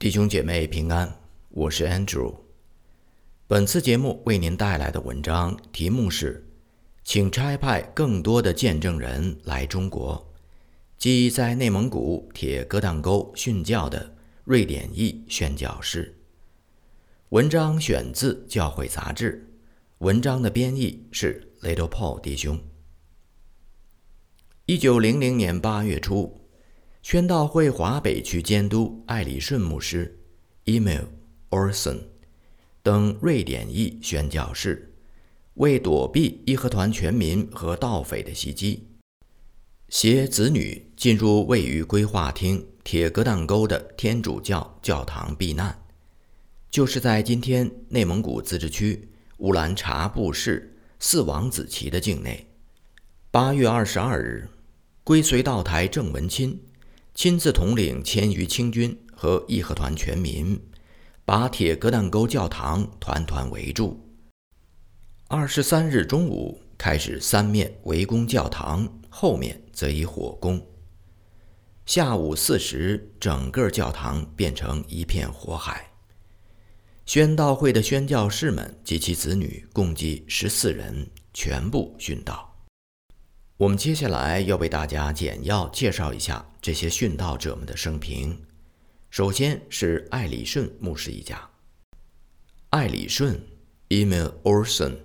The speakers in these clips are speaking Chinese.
弟兄姐妹平安，我是 Andrew。本次节目为您带来的文章题目是请差派更多的见证人来中国，即在内蒙古铁疙瘩沟殉教的瑞典裔宣教士。文章选自教会杂志，文章的编译是 Little Paul 弟兄。1900年8月初，宣道会华北区监督艾里顺牧师 Emil Olsen 等瑞典裔宣教士，为躲避义和团全民和盗匪的袭击，携子女进入位于规划厅铁疙瘩沟的天主教教堂避难，就是在今天内蒙古自治区乌兰察布市四王子旗的境内。8月22日，归随道台郑文钦亲自统领1000余清军和义和团全民，把铁疙瘩沟教堂团团围住。23日中午开始三面围攻教堂，后面则以火攻。下午4时，整个教堂变成一片火海。宣道会的宣教士们及其子女共计14人，全部殉道。我们接下来要为大家简要介绍一下这些殉道者们的生平。首先是艾里顺牧师一家。艾里顺 Emil Olsen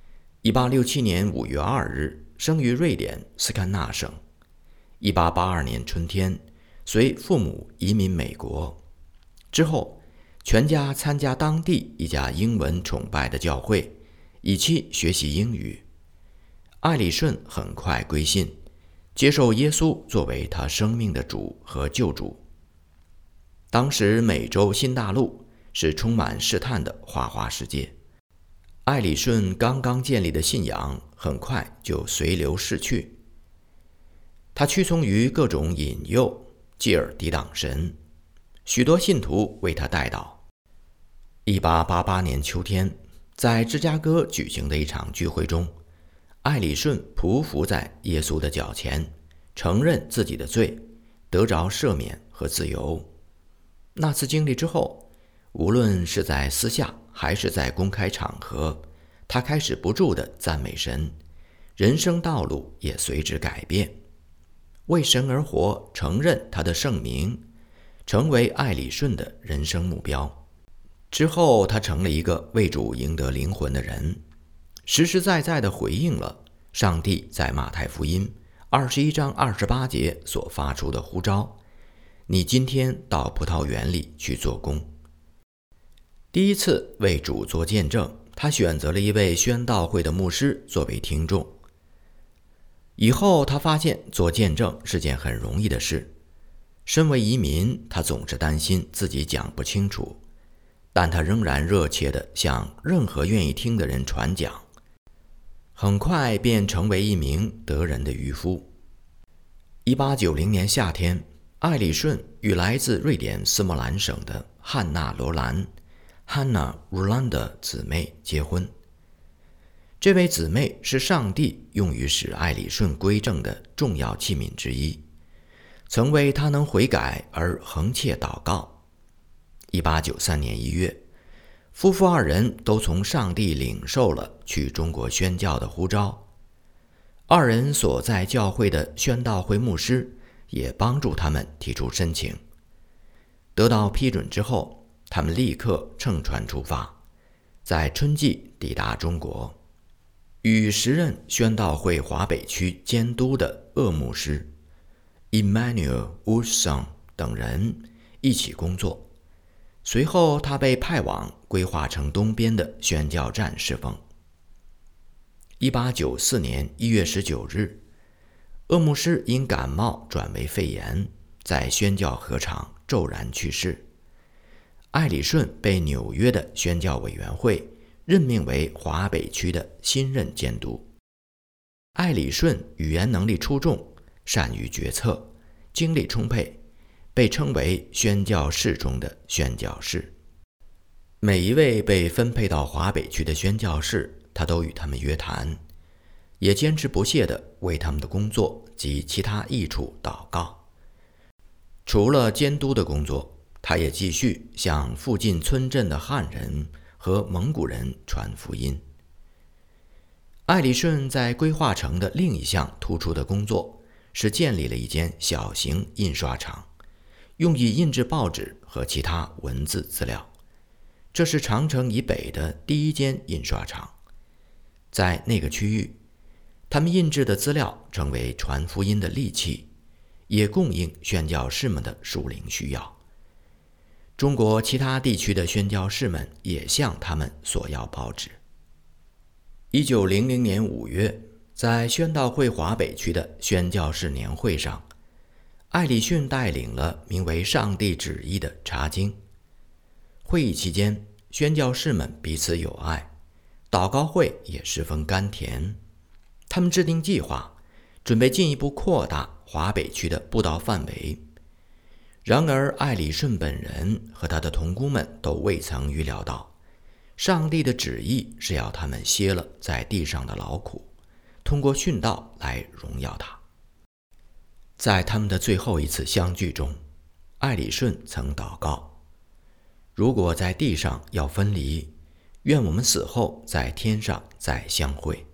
1867年5月2日生于瑞典斯堪纳省。1882年春天随父母移民美国，之后全家参加当地一家英文崇拜的教会，以期学习英语。艾里顺很快归信，接受耶稣作为他生命的主和救主。当时美洲新大陆是充满试探的花花世界，艾里顺刚刚建立的信仰很快就随流逝去。他屈从于各种引诱，继而抵挡神，许多信徒为他代祷。1888年秋天，在芝加哥举行的一场聚会中，艾里顺匍匐在耶稣的脚前，承认自己的罪，得着赦免和自由。那次经历之后，无论是在私下还是在公开场合，他开始不住地赞美神，人生道路也随之改变。为神而活，承认他的圣名，成为艾里顺的人生目标。之后他成了一个为主赢得灵魂的人，实实在在地回应了上帝在马太福音21章28节所发出的呼召：你今天到葡萄园里去做工。第一次为主做见证，他选择了一位宣道会的牧师作为听众。以后他发现做见证是件很容易的事。身为移民，他总是担心自己讲不清楚，但他仍然热切地向任何愿意听的人传讲，很快便成为一名得人的渔夫。1890年夏天，艾里顺与来自瑞典斯莫兰省的汉娜·罗兰 Hanna Rolander 姊妹结婚。这位姊妹是上帝用于使艾里顺归正的重要器皿之一，曾为他能悔改而恒切祷告。1893年1月，夫妇二人都从上帝领受了去中国宣教的呼召。二人所在教会的宣道会牧师也帮助他们提出申请。得到批准之后，他们立刻乘船出发，在春季抵达中国，与时任宣道会华北区监督的鄂牧师 Emmanuel Olsen 等人一起工作。随后他被派往规划城东边的宣教站侍奉。1894年1月19日，鄂牧师因感冒转为肺炎，在宣教禾场骤然去世。艾里顺被纽约的宣教委员会任命为华北区的新任监督。艾里顺语言能力出众，善于决策，精力充沛，被称为宣教士中的宣教士。每一位被分配到华北区的宣教士，他都与他们约谈，也坚持不懈地为他们的工作及其他益处祷告。除了监督的工作， 他也继续向附近村镇的汉人和蒙古人传福音。艾里顺在规划城的另一项突出的工作是建立了一间小型印刷厂，用以印制报纸和其他文字资料。这是长城以北的第一间印刷厂。在那个区域，他们印制的资料成为传福音的利器，也供应宣教士们的属灵需要。中国其他地区的宣教士们也向他们索要报纸。1900年5月，在宣道会华北区的宣教士年会上，艾里逊带领了名为上帝旨意的查经。会议期间，宣教士们彼此友爱，祷告会也十分甘甜。他们制定计划，准备进一步扩大华北区的布道范围。然而艾里顺本人和他的同工们都未曾预料到，上帝的旨意是要他们歇了在地上的劳苦，通过殉道来荣耀他。在他们的最后一次相聚中，艾里顺曾祷告，如果在地上要分离，愿我们死后在天上再相会。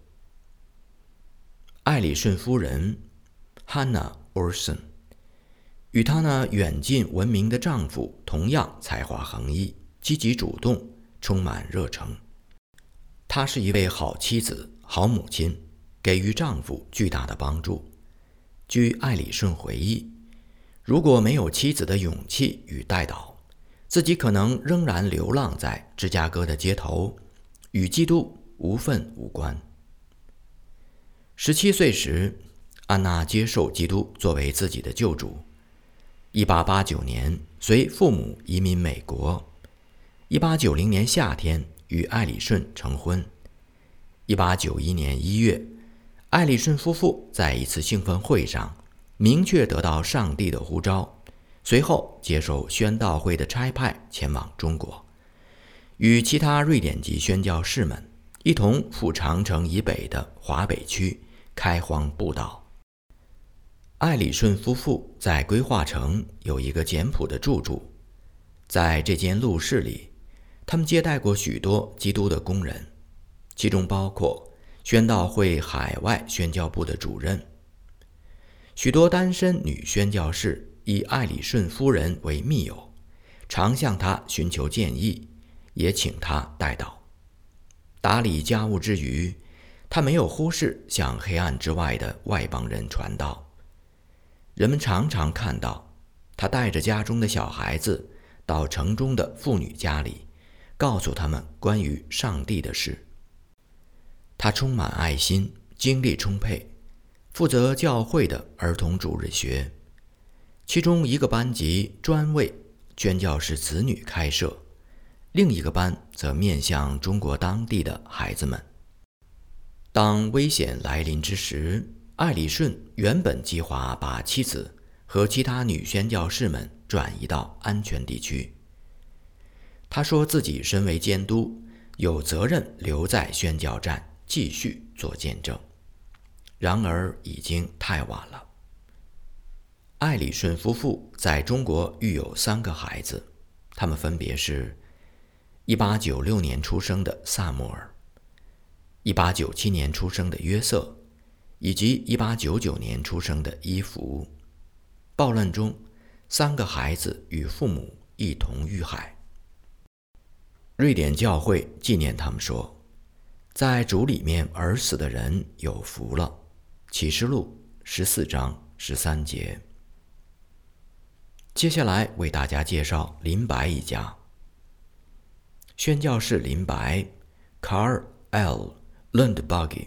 艾里顺夫人 Hannah Orson 与她那远近闻名的丈夫同样才华横溢，积极主动，充满热诚。她是一位好妻子、好母亲，给予丈夫巨大的帮助。据艾里顺回忆，如果没有妻子的勇气与带导，自己可能仍然流浪在芝加哥的街头，与基督无分无关。17岁时，安娜接受基督作为自己的救主。1889年，随父母移民美国。1890年夏天，与艾里顺成婚。1891年1月，艾里顺夫妇在一次兴奋会上明确得到上帝的呼召，随后接受宣道会的差派前往中国，与其他瑞典籍宣教士们一同赴长城以北的华北区开荒布道。艾里顺夫妇在规划城有一个简朴的住处，在这间录室里，他们接待过许多基督的工人，其中包括宣道会海外宣教部的主任。许多单身女宣教士以艾里顺夫人为密友，常向她寻求建议，也请她代祷。打理家务之余，她没有忽视向黑暗之外的外邦人传道。人们常常看到她带着家中的小孩子到城中的妇女家里，告诉他们关于上帝的事。她充满爱心，精力充沛，负责教会的儿童主日学，其中一个班级专为宣教士子女开设，另一个班则面向中国当地的孩子们。当危险来临之时，艾里顺原本计划把妻子和其他女宣教士们转移到安全地区。他说自己身为监督，有责任留在宣教站继续做见证。然而已经太晚了。艾里顺夫妇在中国育有3个孩子，他们分别是1896年出生的萨默尔、1897年出生的约瑟，以及1899年出生的伊芙。报论中，3个孩子与父母一同遇害。瑞典教会纪念他们说，在主里面而死的人有福了。启示录14章13节。接下来为大家介绍林白一家。宣教士林白 Carl L. Lundbagge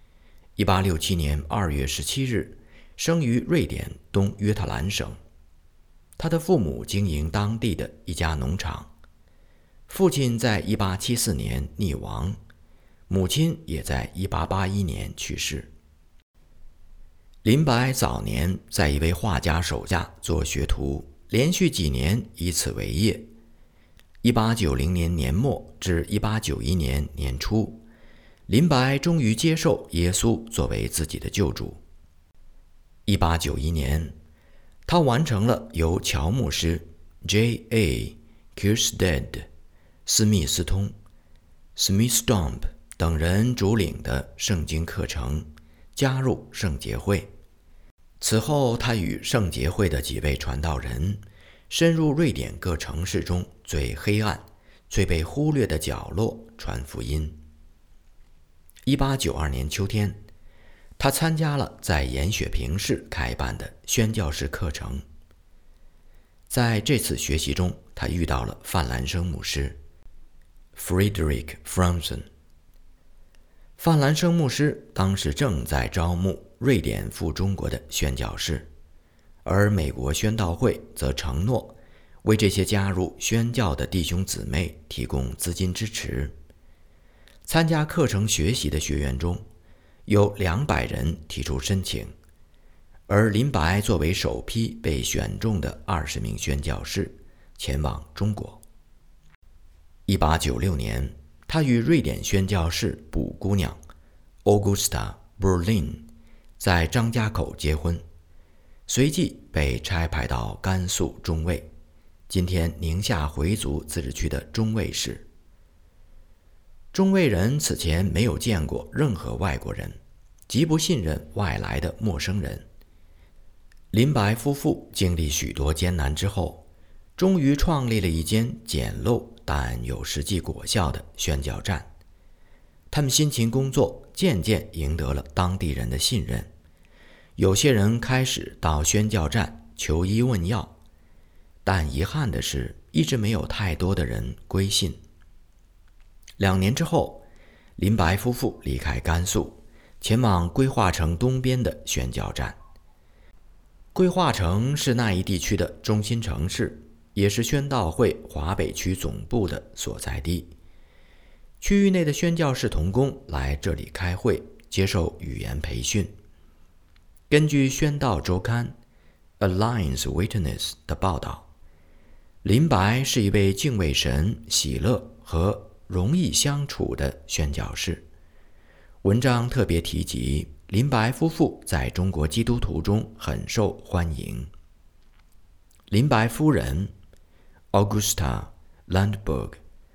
1867年2月17日生于瑞典东约特兰省。他的父母经营当地的一家农场，父亲在1874年溺亡，母亲也在1881年去世。林白早年在一位画家手下做学徒，连续几年以此为业。1890年年末至1891年年初，林白终于接受耶稣作为自己的救主。1891年，他完成了由乔牧师 J.A. Kierstead、斯密斯通、Smithstomp 等人主领的圣经课程，加入圣洁会。此后，他与圣洁会的几位传道人深入瑞典各城市中最黑暗、最被忽略的角落传福音。1892年秋天，他参加了在严雪平市开办的宣教士课程。在这次学习中，他遇到了范兰生牧师 Frederick Franson。范兰生牧师当时正在招募瑞典赴中国的宣教士，而美国宣道会则承诺为这些加入宣教的弟兄姊妹提供资金支持。参加课程学习的学员中，有200人提出申请，而林白作为首批被选中的20名宣教士前往中国。1896年，他与瑞典宣教士卜姑娘 Augusta Berlin 在张家口结婚，随即被差派到甘肃中卫，今天宁夏回族自治区的中卫市。中卫人此前没有见过任何外国人，极不信任外来的陌生人。林白夫妇经历许多艰难之后，终于创立了一间简陋但有实际果效的宣教站。他们辛勤工作，渐渐赢得了当地人的信任。有些人开始到宣教站求医问药，但遗憾的是，一直没有太多的人归信。2年之后，林白夫妇离开甘肃，前往归化城东边的宣教站。归化城是那一地区的中心城市，也是宣道会华北区总部的所在地。区域内的宣教士同工来这里开会，接受语言培训。根据宣道周刊 Alliance Witness 的报道，林白是一位敬畏神、喜乐和容易相处的宣教士。文章特别提及林白夫妇在中国基督徒中很受欢迎。林白夫人 Augusta Landberg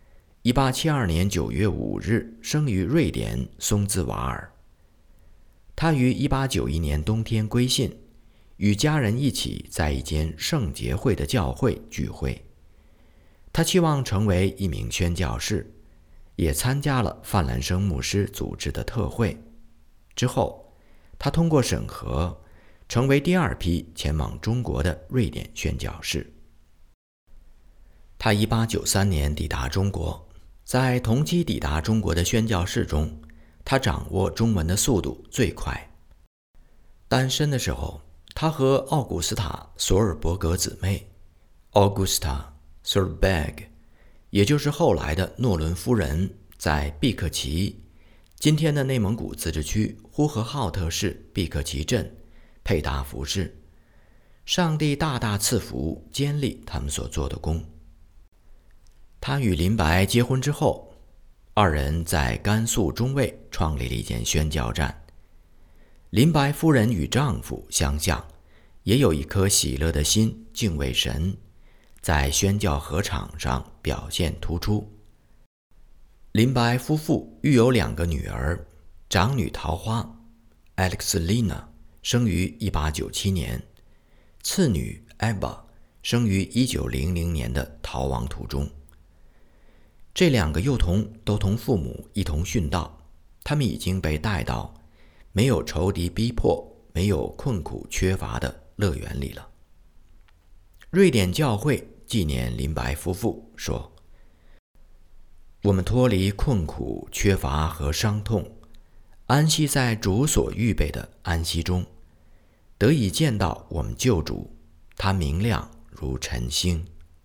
1872年9月5日生于瑞典松兹瓦尔。他于1891年冬天归信，与家人一起在一间圣洁会的教会聚会。他期望成为一名宣教士，也参加了范兰生牧师组织的特会。之后，他通过审核，成为第2批前往中国的瑞典宣教士。他1893年抵达中国，在同期抵达中国的宣教士中，他掌握中文的速度最快。单身的时候，他和奥古斯塔·索尔伯格姊妹 Augusta Solberg， 也就是后来的诺伦夫人，在毕克奇（今天的内蒙古自治区呼和浩特市毕克奇镇）配搭服饰。上帝大大赐福坚立他们所做的工。他与林白结婚之后，2人在甘肃中卫创立了一间宣教站。林白夫人与丈夫相像，也有一颗喜乐的心，敬畏神，在宣教禾场上表现突出。林白夫妇育有2个女儿，长女桃花 Alexelina 生于1897年，次女 Eva 生于1900年的逃亡途中。这2个幼童都同父母一同殉道，他们已经被带到没有仇敌逼迫、没有困苦缺乏的乐园里了。瑞典教会纪念林白夫妇说：“我们脱离困苦、缺乏和伤痛，安息在主所预备的安息中，得以见到我们救主，他明亮如晨星。”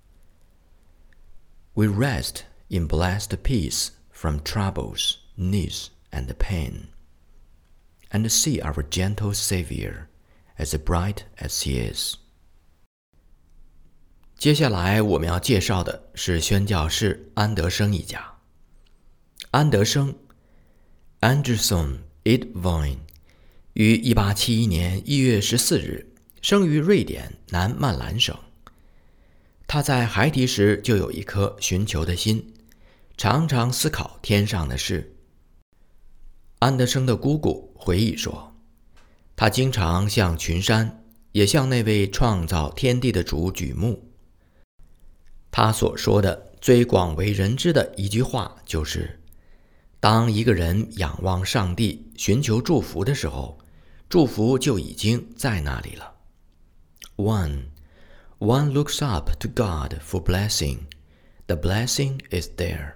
We rest in blessed peace from troubles, needs, and pain, and see our gentle Savior as bright as he is. 接下来我们要介绍的是宣教士安德生一家。安德生 Anderson Edvine 于1871年1月14日生于瑞典南曼兰省。 他在孩提时就有一颗寻求的心，常常思考天上的事。安德生的姑姑回忆说，他经常向群山，也向那位创造天地的主举目。他所说的最广为人知的一句话就是，当一个人仰望上帝寻求祝福的时候，祝福就已经在那里了。One looks up to God for blessing. The blessing is there.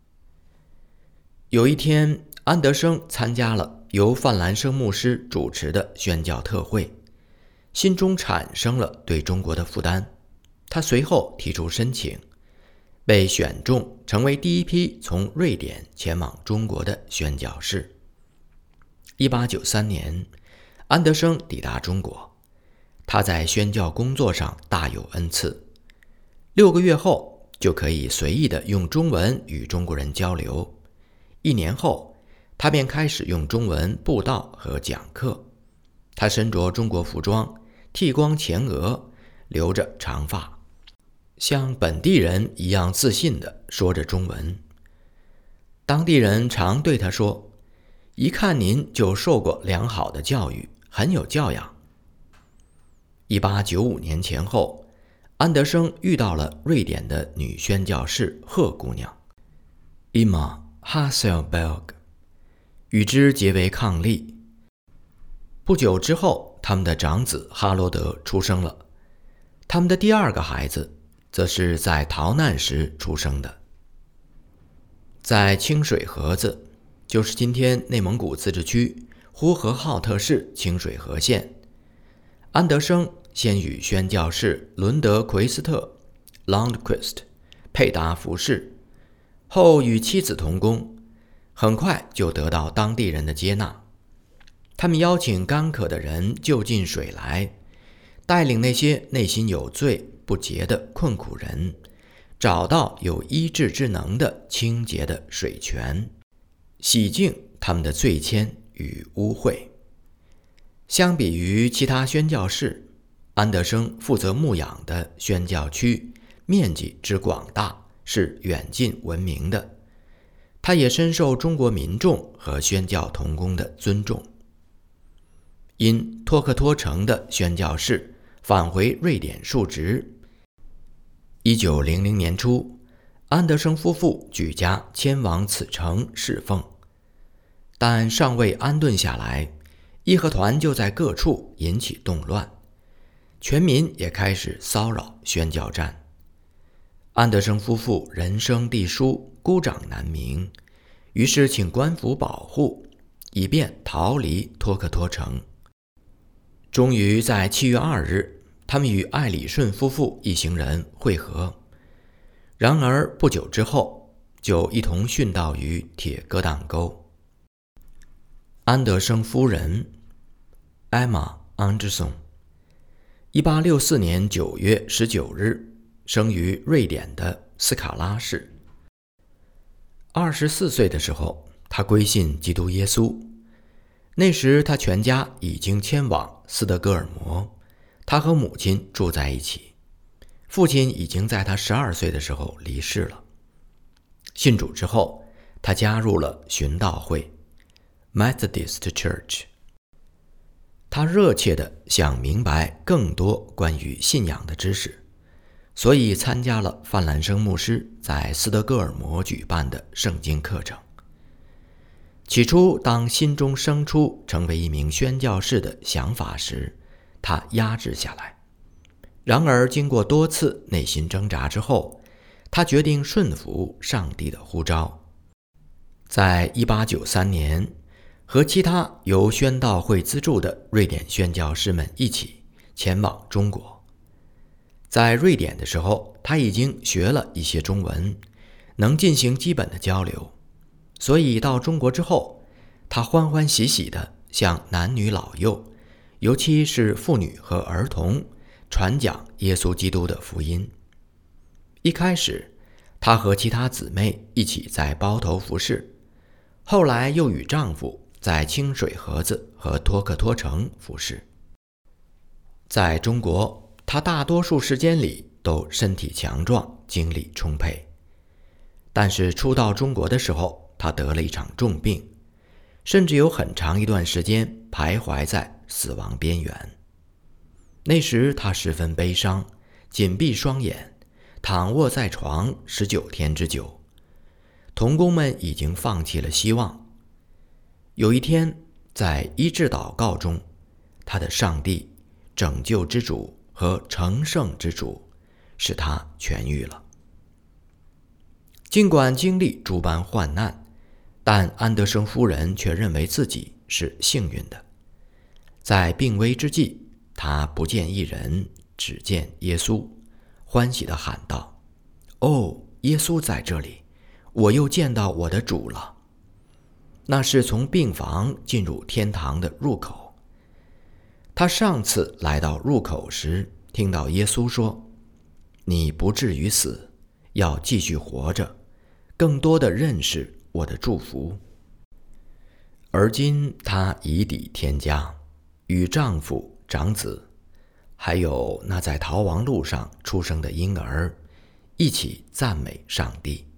有一天，安德生参加了由范兰生牧师主持的宣教特会，心中产生了对中国的负担。他随后提出申请，被选中成为第一批从瑞典前往中国的宣教士。1893年，安德生抵达中国。他在宣教工作上大有恩赐，6个月后就可以随意地用中文与中国人交流。1年后，他便开始用中文布道和讲课。他身着中国服装，剃光前额，留着长发，像本地人一样自信地说着中文。当地人常对他说，一看您就受过良好的教育，很有教养。1895年前后，安德生遇到了瑞典的女宣教士贺姑娘 Emma Hasselberg， 与之结为伉俪。不久之后，他们的长子哈罗德出生了。他们的第2个孩子则是在逃难时出生的。在清水河子，就是今天内蒙古自治区呼和浩特市清水河县，安德生先与宣教士伦德奎斯特 Lundquist 配搭服饰，后与妻子同工，很快就得到当地人的接纳。他们邀请干渴的人就近水来，带领那些内心有罪不洁的困苦人，找到有医治之能的清洁的水泉，洗净他们的罪愆与污秽。相比于其他宣教士，安德生负责牧养的宣教区面积之广大是远近闻名的，他也深受中国民众和宣教同工的尊重。因托克托城的宣教士返回瑞典述职，1900年初，安德生夫妇举家迁往此城侍奉，但尚未安顿下来，义和团就在各处引起动乱，全民也开始骚扰宣教站。安德生夫妇人生地疏，孤掌难鸣，于是请官府保护，以便逃离托克托城。终于在7月2日，他们与艾里顺夫妇一行人会合，然而不久之后就一同殉道于铁疙瘩沟。安德生夫人 Emma Anderson 1864年9月19日生于瑞典的斯卡拉市。24岁的时候，他归信基督耶稣。那时他全家已经迁往斯德哥尔摩，他和母亲住在一起。父亲已经在他12岁的时候离世了。信主之后，他加入了寻道会 Methodist Church。他热切地想明白更多关于信仰的知识，所以参加了范兰生牧师在斯德哥尔摩举办的圣经课程。起初，当心中生出成为一名宣教士的想法时，他压制下来。然而经过多次内心挣扎之后，他决定顺服上帝的呼召。在1893年，和其他由宣道会资助的瑞典宣教士们一起前往中国。在瑞典的时候，他已经学了一些中文，能进行基本的交流，所以到中国之后，他欢欢喜喜地向男女老幼，尤其是妇女和儿童传讲耶稣基督的福音。一开始，她和其他姊妹一起在包头服侍，后来又与丈夫在清水河子和托克托城服侍。在中国，她大多数时间里都身体强壮，精力充沛。但是初到中国的时候，他得了一场重病，甚至有很长一段时间徘徊在死亡边缘。那时他十分悲伤，紧闭双眼，躺卧在床19天之久。同工们已经放弃了希望。有一天，在医治祷告中，他的上帝、拯救之主和成圣之主使他痊愈了。尽管经历诸般患难，但安德生夫人却认为自己是幸运的。在病危之际，他不见一人，只见耶稣，欢喜地喊道：“哦，耶稣在这里，我又见到我的主了。”那是从病房进入天堂的入口。他上次来到入口时，听到耶稣说：“你不至于死，要继续活着，更多地认识我的祝福。”而今她已抵天家，与丈夫、长子，还有那在逃亡路上出生的婴儿，一起赞美上帝。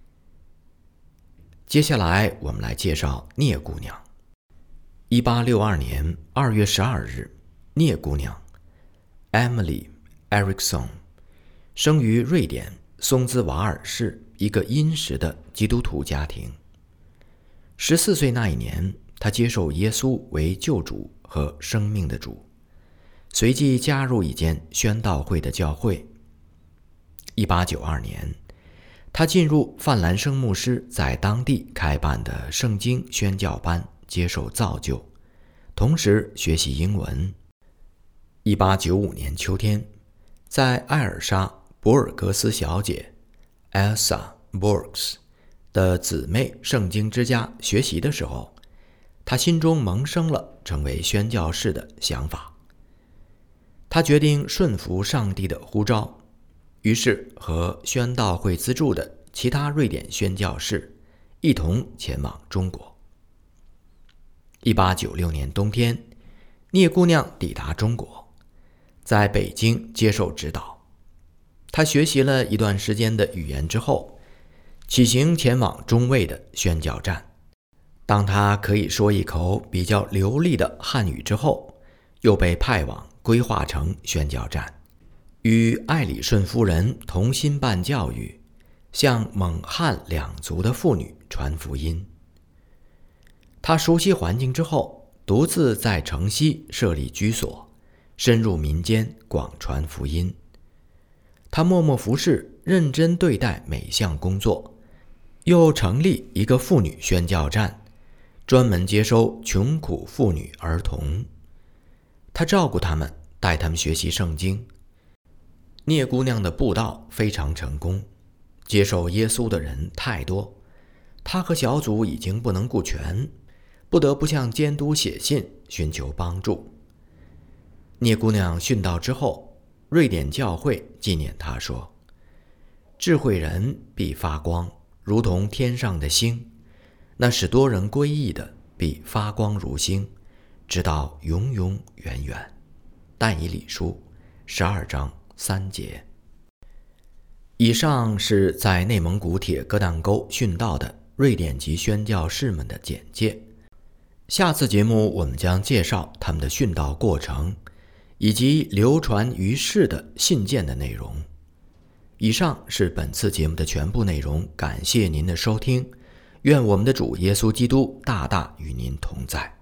接下来我们来介绍聂姑娘。1862年2月12日，聂姑娘 Emily Eriksson 生于瑞典松兹瓦尔市一个殷实的基督徒家庭。14岁那一年，她接受耶稣为救主和生命的主，随即加入一间宣道会的教会。1892年，他进入范兰生牧师在当地开办的圣经宣教班接受造就，同时学习英文。1895年秋天，在艾尔莎·博尔格斯小姐 Elsa Borges 的姊妹圣经之家学习的时候，他心中萌生了成为宣教士的想法。他决定顺服上帝的呼召，于是和宣道会资助的其他瑞典宣教士一同前往中国。1896年冬天，聂姑娘抵达中国，在北京接受指导。她学习了一段时间的语言之后，起行前往中卫的宣教站。当她可以说一口比较流利的汉语之后，又被派往归化城宣教站，与艾里顺夫人同心办教育，向蒙汉两族的妇女传福音。他熟悉环境之后，独自在城西设立居所，深入民间，广传福音。他默默服侍，认真对待每项工作，又成立一个妇女宣教站，专门接收穷苦妇女儿童。他照顾他们，带他们学习圣经。聂姑娘的布道非常成功，接受耶稣的人太多，她和小组已经不能顾全，不得不向监督写信寻求帮助。聂姑娘殉道之后，瑞典教会纪念她说：“智慧人必发光，如同天上的星；那使多人归义的必发光如星，直到永永远远。”但以理书12章3节。以上是在内蒙古铁疙瘩沟殉道的瑞典籍宣教士们的简介。下次节目我们将介绍他们的殉道过程，以及流传于世的信件的内容。以上是本次节目的全部内容，感谢您的收听，愿我们的主耶稣基督大大与您同在。